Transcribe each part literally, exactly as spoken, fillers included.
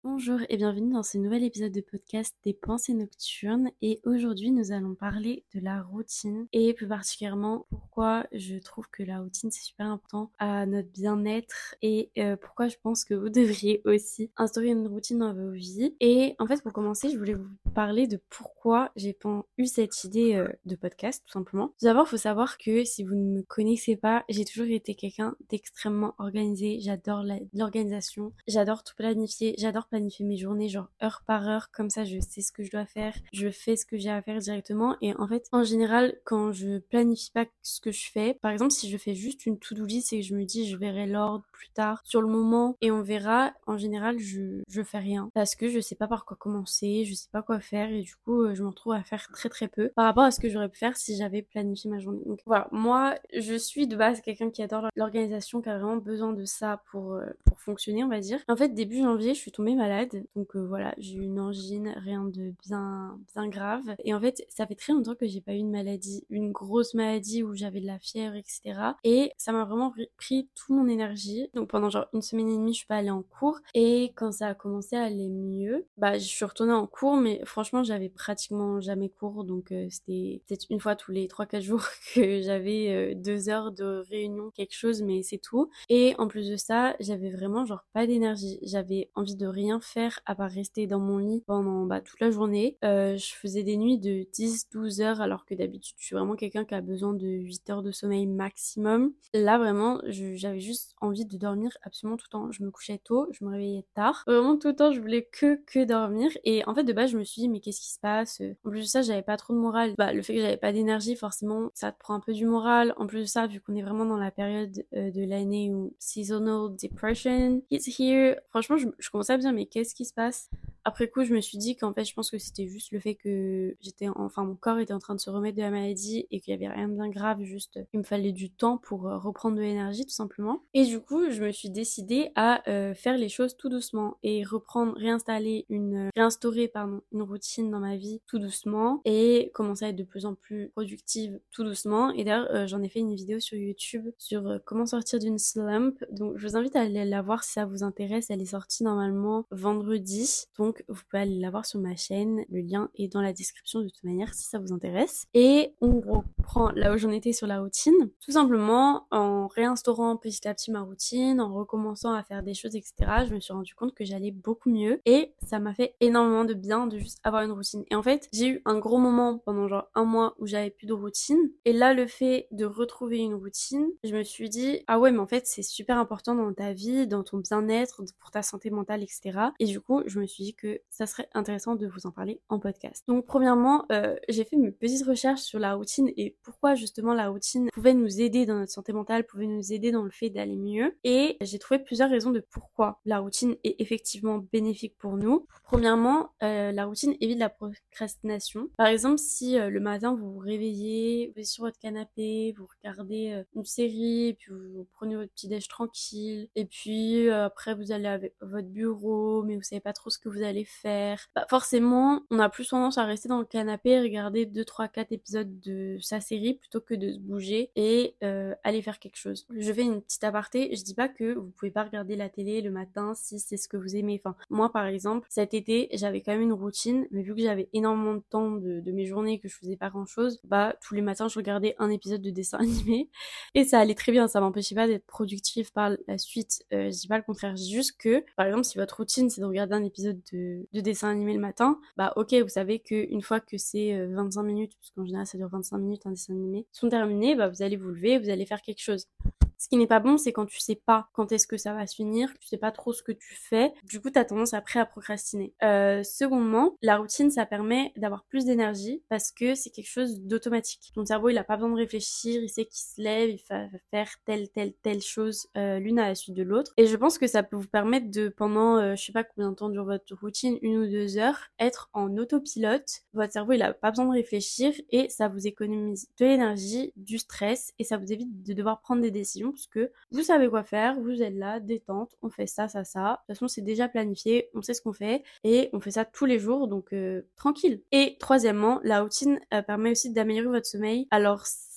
Bonjour et bienvenue dans ce nouvel épisode de podcast des pensées nocturnes et aujourd'hui nous allons parler de la routine et plus particulièrement pourquoi je trouve que la routine c'est super important à notre bien-être et euh, pourquoi je pense que vous devriez aussi instaurer une routine dans vos vies. Et en fait pour commencer je voulais vous parler de pourquoi j'ai pen- eu cette idée euh, de podcast tout simplement. Tout d'abord il faut savoir que si vous ne me connaissez pas, j'ai toujours été quelqu'un d'extrêmement organisé, j'adore la- l'organisation, j'adore tout planifier, j'adore planifier mes journées genre heure par heure, comme ça je sais ce que je dois faire, je fais ce que j'ai à faire directement. Et en fait en général quand je planifie pas ce que je fais, par exemple si je fais juste une to-do list et que je me dis je verrai l'ordre plus tard sur le moment et on verra, en général je, je fais rien parce que je sais pas par quoi commencer, je sais pas quoi faire et du coup euh, je me retrouve à faire très très peu par rapport à ce que j'aurais pu faire si j'avais planifié ma journée. Donc voilà, moi je suis de base quelqu'un qui adore l'organisation, qui a vraiment besoin de ça pour, euh, pour fonctionner on va dire. En fait début janvier je suis tombée malade, donc euh, voilà, j'ai eu une angine, rien de bien bien grave. Et en fait ça fait très longtemps que j'ai pas eu une maladie, une grosse maladie où j'avais de la fièvre, et cetera. Et ça m'a vraiment pris toute mon énergie. Donc pendant genre une semaine et demie, je suis pas allée en cours. Et quand ça a commencé à aller mieux, bah je suis retournée en cours, mais franchement j'avais pratiquement jamais cours, donc euh, c'était peut-être une fois tous les trois quatre jours que j'avais euh, deux heures de réunion, quelque chose, mais c'est tout. Et en plus de ça, j'avais vraiment genre pas d'énergie. J'avais envie de rien faire à part rester dans mon lit pendant bah, toute la journée. Euh, je faisais des nuits de dix douze heures alors que d'habitude je suis vraiment quelqu'un qui a besoin de huit heures de sommeil maximum. Là vraiment je- j'avais juste envie de dormir absolument tout le temps. Je me couchais tôt, je me réveillais tard. Vraiment tout le temps je voulais que que dormir. Et en fait de base je me suis dit mais qu'est-ce qui se passe? En plus de ça j'avais pas trop de morale. Bah le fait que j'avais pas d'énergie forcément ça te prend un peu du moral. En plus de ça vu qu'on est vraiment dans la période euh, de l'année où seasonal depression is here. Franchement je, je commençais à me dire mais qu'est-ce qui se passe? Après coup, je me suis dit qu'en fait, je pense que c'était juste le fait que j'étais, enfin, mon corps était en train de se remettre de la maladie et qu'il y avait rien de bien grave, juste il me fallait du temps pour euh, reprendre de l'énergie, tout simplement. Et du coup, je me suis décidée à euh, faire les choses tout doucement et reprendre, réinstaller une, réinstaurer, pardon, une routine dans ma vie tout doucement et commencer à être de plus en plus productive tout doucement. Et d'ailleurs, euh, j'en ai fait une vidéo sur YouTube sur euh, comment sortir d'une slump. Donc, je vous invite à aller la voir si ça vous intéresse. Elle est sortie normalement vendredi. Donc, vous pouvez aller la voir sur ma chaîne. Le lien est dans la description de toute manière si ça vous intéresse. Et on reprend là où j'en étais sur la routine. Tout simplement en réinstaurant petit à petit ma routine, en recommençant à faire des choses, et cetera. Je me suis rendu compte que j'allais beaucoup mieux. Et ça m'a fait énormément de bien de juste avoir une routine. Et en fait, j'ai eu un gros moment pendant genre un mois où j'avais plus de routine. Et là, le fait de retrouver une routine, je me suis dit, ah ouais, mais en fait, c'est super important dans ta vie, dans ton bien-être, pour ta santé mentale, et cetera. Et du coup, je me suis dit que ça serait intéressant de vous en parler en podcast. Donc, premièrement, euh, j'ai fait mes petites recherches sur la routine et pourquoi justement la routine pouvait nous aider dans notre santé mentale, pouvait nous aider dans le fait d'aller mieux. Et j'ai trouvé plusieurs raisons de pourquoi la routine est effectivement bénéfique pour nous. Premièrement, euh, la routine évite la procrastination. Par exemple, si euh, le matin vous vous réveillez, vous êtes sur votre canapé, vous regardez euh, une série, et puis vous, vous prenez votre petit déj tranquille, et puis euh, après vous allez à votre bureau, mais vous savez pas trop ce que vous allez faire. Bah forcément, on a plus tendance à rester dans le canapé et regarder deux, trois, quatre épisodes de sa série plutôt que de se bouger et euh, aller faire quelque chose. Je fais une petite aparté, je dis pas que vous pouvez pas regarder la télé le matin si c'est ce que vous aimez. Enfin, moi par exemple, cet été, j'avais quand même une routine, mais vu que j'avais énormément de temps de, de mes journées et que je faisais pas grand chose, bah tous les matins je regardais un épisode de dessin animé et ça allait très bien, ça m'empêchait pas d'être productive par la suite. Euh, je dis pas le contraire, je dis juste que, par exemple, si votre routine c'est de regarder un épisode de, de dessin animé le matin, bah ok, vous savez qu'une fois que c'est euh, vingt-cinq minutes, parce qu'en général ça dure vingt-cinq minutes un dessin animé, sont terminés, bah vous allez vous lever, vous allez faire quelque chose. Ce qui n'est pas bon, c'est quand tu sais pas quand est-ce que ça va se finir, que tu sais pas trop ce que tu fais. Du coup, t'as tendance après à procrastiner. Euh, secondement, la routine, ça permet d'avoir plus d'énergie parce que c'est quelque chose d'automatique. Ton cerveau, il a pas besoin de réfléchir, il sait qu'il se lève, il va faire telle, telle, telle chose euh, l'une à la suite de l'autre. Et je pense que ça peut vous permettre de, pendant, euh, je sais pas combien de temps dure votre routine, une ou deux heures, être en autopilote. Votre cerveau, il a pas besoin de réfléchir et ça vous économise de l'énergie, du stress et ça vous évite de devoir prendre des décisions parce que vous savez quoi faire, vous êtes là, détente, on fait ça, ça, ça. De toute façon, c'est déjà planifié, on sait ce qu'on fait et on fait ça tous les jours, donc euh, tranquille. Et troisièmement, la routine euh, permet aussi d'améliorer votre sommeil. Alors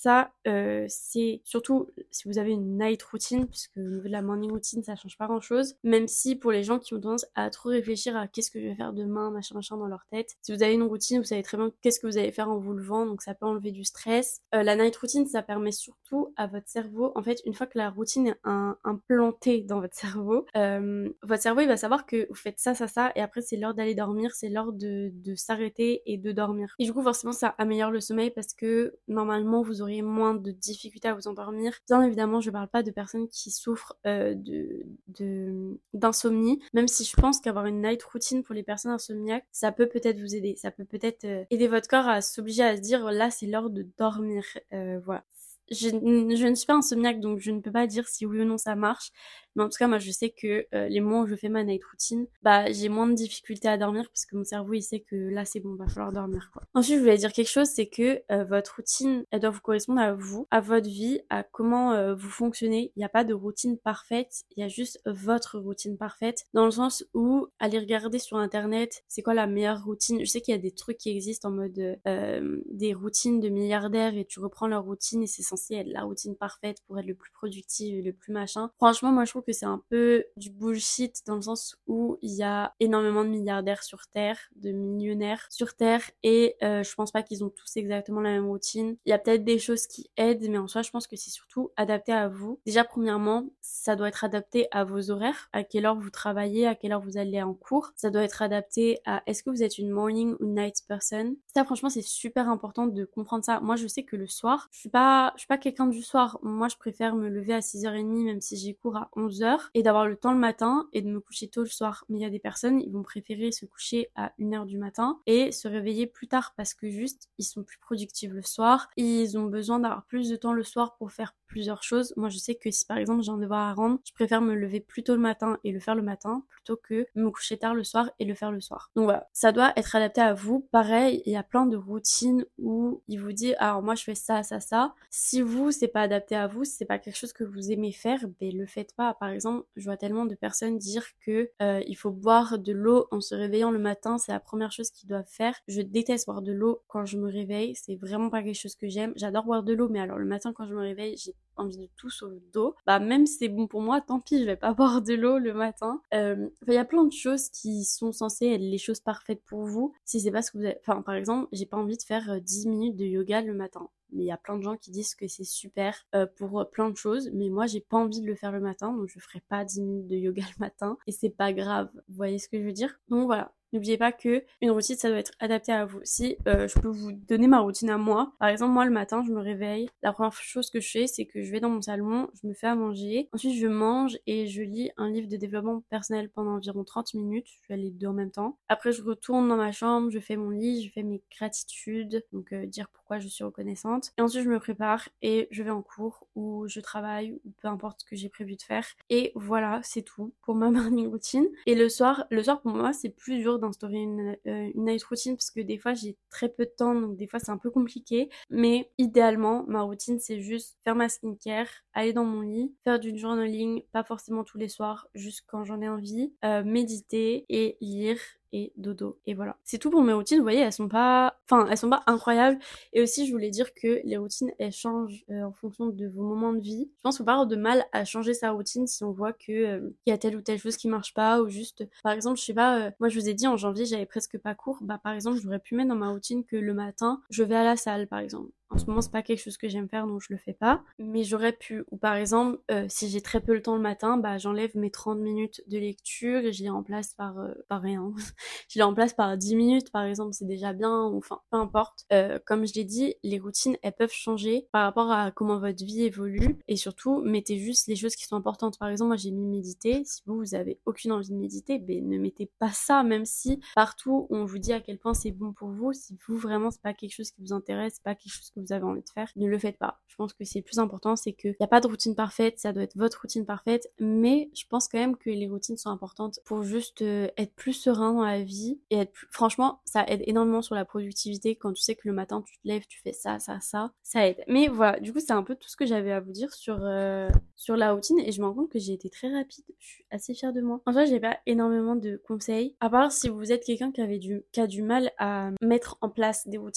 ça, euh, c'est surtout si vous avez une night routine, puisque au niveau de la morning routine, ça change pas grand-chose. Même si pour les gens qui ont tendance à trop réfléchir à qu'est-ce que je vais faire demain, machin, machin dans leur tête, si vous avez une routine, vous savez très bien qu'est-ce que vous allez faire en vous levant, donc ça peut enlever du stress. Euh, la night routine, ça permet surtout à votre cerveau, en fait, une fois que la routine est un, implantée dans votre cerveau, euh, votre cerveau, il va savoir que vous faites ça, ça, ça, et après, c'est l'heure d'aller dormir, c'est l'heure de, de s'arrêter et de dormir. Et du coup, forcément, ça améliore le sommeil parce que normalement, vous auriez moins de difficultés à vous endormir. Bien évidemment, je parle pas de personnes qui souffrent euh, de, de, d'insomnie, même si je pense qu'avoir une night routine pour les personnes insomniaques, ça peut peut-être vous aider. Ça peut peut-être euh, aider votre corps à s'obliger à se dire, là, c'est l'heure de dormir. Euh, voilà. Je, je ne suis pas insomniaque, donc je ne peux pas dire si oui ou non ça marche. Mais en tout cas, moi, je sais que euh, les moments où je fais ma night routine, bah, j'ai moins de difficultés à dormir parce que mon cerveau, il sait que là, c'est bon, va falloir dormir, quoi. Ensuite, je voulais dire quelque chose, c'est que euh, votre routine, elle doit vous correspondre à vous, à votre vie, à comment euh, vous fonctionnez. Il n'y a pas de routine parfaite, il y a juste votre routine parfaite, dans le sens où aller regarder sur Internet, c'est quoi la meilleure routine. Je sais qu'il y a des trucs qui existent en mode euh, des routines de milliardaires et tu reprends leur routine et c'est censé être la routine parfaite pour être le plus productif et le plus machin. Franchement, moi, je trouve que c'est un peu du bullshit dans le sens où il y a énormément de milliardaires sur Terre, de millionnaires sur Terre et euh, je pense pas qu'ils ont tous exactement la même routine. Il y a peut-être des choses qui aident, mais en soi, je pense que c'est surtout adapté à vous. Déjà, premièrement, ça doit être adapté à vos horaires, à quelle heure vous travaillez, à quelle heure vous allez en cours. Ça doit être adapté à est-ce que vous êtes une morning ou night person. Ça, franchement, c'est super important de comprendre ça. Moi, je sais que le soir, je suis pas, je suis pas quelqu'un du soir. Moi, je préfère me lever à six heures trente, même si j'ai cours à onze heures, et d'avoir le temps le matin et de me coucher tôt le soir. Mais il y a des personnes, ils vont préférer se coucher à une heure du matin et se réveiller plus tard parce que juste, ils sont plus productifs le soir. Ils ont besoin d'avoir plus de temps le soir pour faire plusieurs choses. Moi, je sais que si par exemple j'ai un devoir à rendre, je préfère me lever plus tôt le matin et le faire le matin plutôt que me coucher tard le soir et le faire le soir. Donc voilà, ça doit être adapté à vous. Pareil, il y a plein de routines où il vous dit alors moi je fais ça, ça, ça. Si vous, c'est pas adapté à vous, si c'est pas quelque chose que vous aimez faire, ben le faites pas. Par exemple, je vois tellement de personnes dire que euh, il faut boire de l'eau en se réveillant le matin, c'est la première chose qu'ils doivent faire. Je déteste boire de l'eau quand je me réveille, c'est vraiment pas quelque chose que j'aime. J'adore boire de l'eau, mais alors le matin quand je me réveille, j'ai envie de tout sauf d'eau. Bah même si c'est bon pour moi, tant pis, je vais pas boire de l'eau le matin. Euh, il y a plein de choses qui sont censées être les choses parfaites pour vous. Si c'est pas ce que vous avez... Enfin, par exemple, j'ai pas envie de faire euh, dix minutes de yoga le matin. Mais il y a plein de gens qui disent que c'est super euh, pour euh, plein de choses. Mais moi, j'ai pas envie de le faire le matin, donc je ferai pas dix minutes de yoga le matin. Et c'est pas grave. Vous voyez ce que je veux dire? Donc voilà. N'oubliez pas que une routine, ça doit être adapté à vous. Si euh, je peux vous donner ma routine à moi, par exemple, moi le matin, je me réveille. La première chose que je fais, c'est que je vais dans mon salon, je me fais à manger. Ensuite, je mange et je lis un livre de développement personnel pendant environ trente minutes. Je vais les deux en même temps. Après, je retourne dans ma chambre, je fais mon lit, je fais mes gratitudes, donc euh, dire pourquoi je suis reconnaissante. Et ensuite, je me prépare et je vais en cours ou je travaille ou peu importe ce que j'ai prévu de faire. Et voilà, c'est tout pour ma morning routine. Et le soir, le soir pour moi, c'est plus dur d'instaurer une, euh, une night routine parce que des fois j'ai très peu de temps, donc des fois c'est un peu compliqué, mais idéalement ma routine c'est juste faire ma skincare, aller dans mon lit, faire du journaling, pas forcément tous les soirs, juste quand j'en ai envie, euh, méditer et lire et dodo. Et voilà. C'est tout pour mes routines. Vous voyez, elles sont pas... Enfin, elles sont pas incroyables. Et aussi, je voulais dire que les routines, elles changent euh, en fonction de vos moments de vie. Je pense qu'il faut pas avoir de mal à changer sa routine si on voit que euh, il y a telle ou telle chose qui marche pas ou juste... Par exemple, je sais pas, euh, moi je vous ai dit en janvier, j'avais presque pas cours. Bah par exemple, j'aurais pu mettre dans ma routine que le matin, je vais à la salle, par exemple. En ce moment, c'est pas quelque chose que j'aime faire, donc je le fais pas. Mais j'aurais pu. Ou par exemple, euh, si j'ai très peu le temps le matin, bah j'enlève mes trente minutes de lecture et je les remplace par, euh, par rien. Je les remplace par dix minutes, par exemple, c'est déjà bien. Ou, enfin, peu importe. Euh, comme je l'ai dit, les routines, elles peuvent changer par rapport à comment votre vie évolue. Et surtout, mettez juste les choses qui sont importantes. Par exemple, moi, j'ai mis méditer. Si vous, vous avez aucune envie de méditer, ben ne mettez pas ça, même si partout on vous dit à quel point c'est bon pour vous. Si vous, vraiment, c'est pas quelque chose qui vous intéresse, c'est pas quelque chose que vous avez envie de faire, ne le faites pas. Je pense que c'est le plus important, c'est qu'il n'y a pas de routine parfaite, ça doit être votre routine parfaite, mais je pense quand même que les routines sont importantes pour juste euh, être plus serein dans la vie et être plus... Franchement, ça aide énormément sur la productivité quand tu sais que le matin tu te lèves, tu fais ça, ça, ça, ça aide. Mais voilà, du coup c'est un peu tout ce que j'avais à vous dire sur, euh, sur la routine et je me rends compte que j'ai été très rapide, je suis assez fière de moi. En fait, j'ai pas énormément de conseils, à part si vous êtes quelqu'un qui avait du, qui a du mal à mettre en place des routines.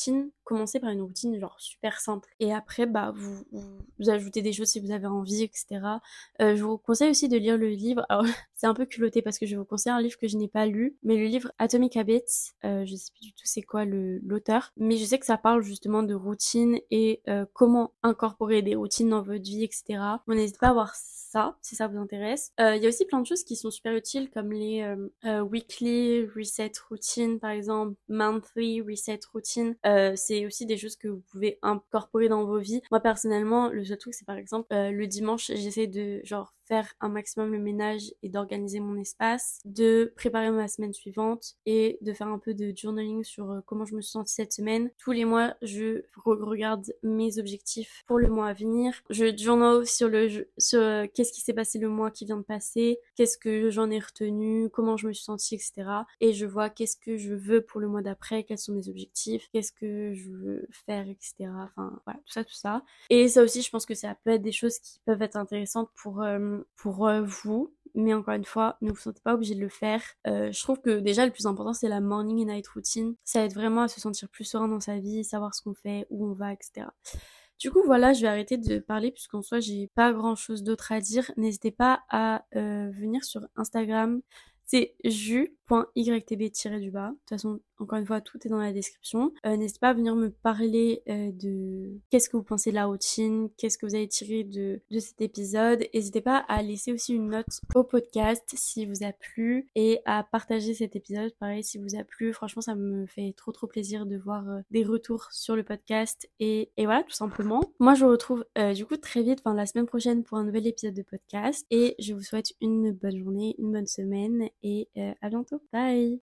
commencez par une routine genre super simple et après bah vous, vous, vous ajoutez des choses si vous avez envie, et cetera. Euh, je vous conseille aussi de lire le livre. Alors c'est un peu culotté parce que je vais vous conseiller un livre que je n'ai pas lu, mais le livre Atomic Habits, euh, je sais plus du tout c'est quoi le l'auteur, mais je sais que ça parle justement de routine et euh, comment incorporer des routines dans votre vie, et cetera. Bon, n'hésitez pas à voir ça si ça vous intéresse. Il euh, y a aussi plein de choses qui sont super utiles comme les euh, euh, weekly reset routine par exemple, monthly reset routine. Euh, c'est aussi des choses que vous pouvez incorporer dans vos vies. Moi personnellement, le seul truc c'est par exemple euh, le dimanche, j'essaie de genre faire un maximum le ménage et d'organiser mon espace, de préparer ma semaine suivante et de faire un peu de journaling sur euh, comment je me suis sentie cette semaine. Tous les mois, je re- regarde mes objectifs pour le mois à venir. Je journal sur le sur euh, qu'est-ce qui s'est passé le mois qui vient de passer, qu'est-ce que j'en ai retenu, comment je me suis sentie, et cetera. Et je vois qu'est-ce que je veux pour le mois d'après, quels sont mes objectifs, qu'est-ce que je veux faire, et cetera. Enfin, voilà, tout ça, tout ça. Et ça aussi, je pense que ça peut être des choses qui peuvent être intéressantes pour euh, pour euh, vous, mais encore une fois, ne vous sentez pas obligé de le faire. Euh, je trouve que déjà le plus important c'est la morning and night routine. Ça aide vraiment à se sentir plus serein dans sa vie, savoir ce qu'on fait, où on va, et cetera. Du coup voilà, je vais arrêter de parler puisqu'en soi j'ai pas grand chose d'autre à dire. N'hésitez pas à euh, venir sur Instagram. C'est ju point y t b tiret du bas. De toute façon, encore une fois, tout est dans la description. Euh, n'hésitez pas à venir me parler euh, de qu'est-ce que vous pensez de la routine, qu'est-ce que vous avez tiré de, de cet épisode. N'hésitez pas à laisser aussi une note au podcast si vous a plu et à partager cet épisode, pareil, si vous a plu. Franchement, ça me fait trop trop plaisir de voir euh, des retours sur le podcast. Et, et voilà, tout simplement. Moi, je vous retrouve euh, du coup très vite, enfin la semaine prochaine pour un nouvel épisode de podcast. Et je vous souhaite une bonne journée, une bonne semaine et euh, à bientôt. Bye!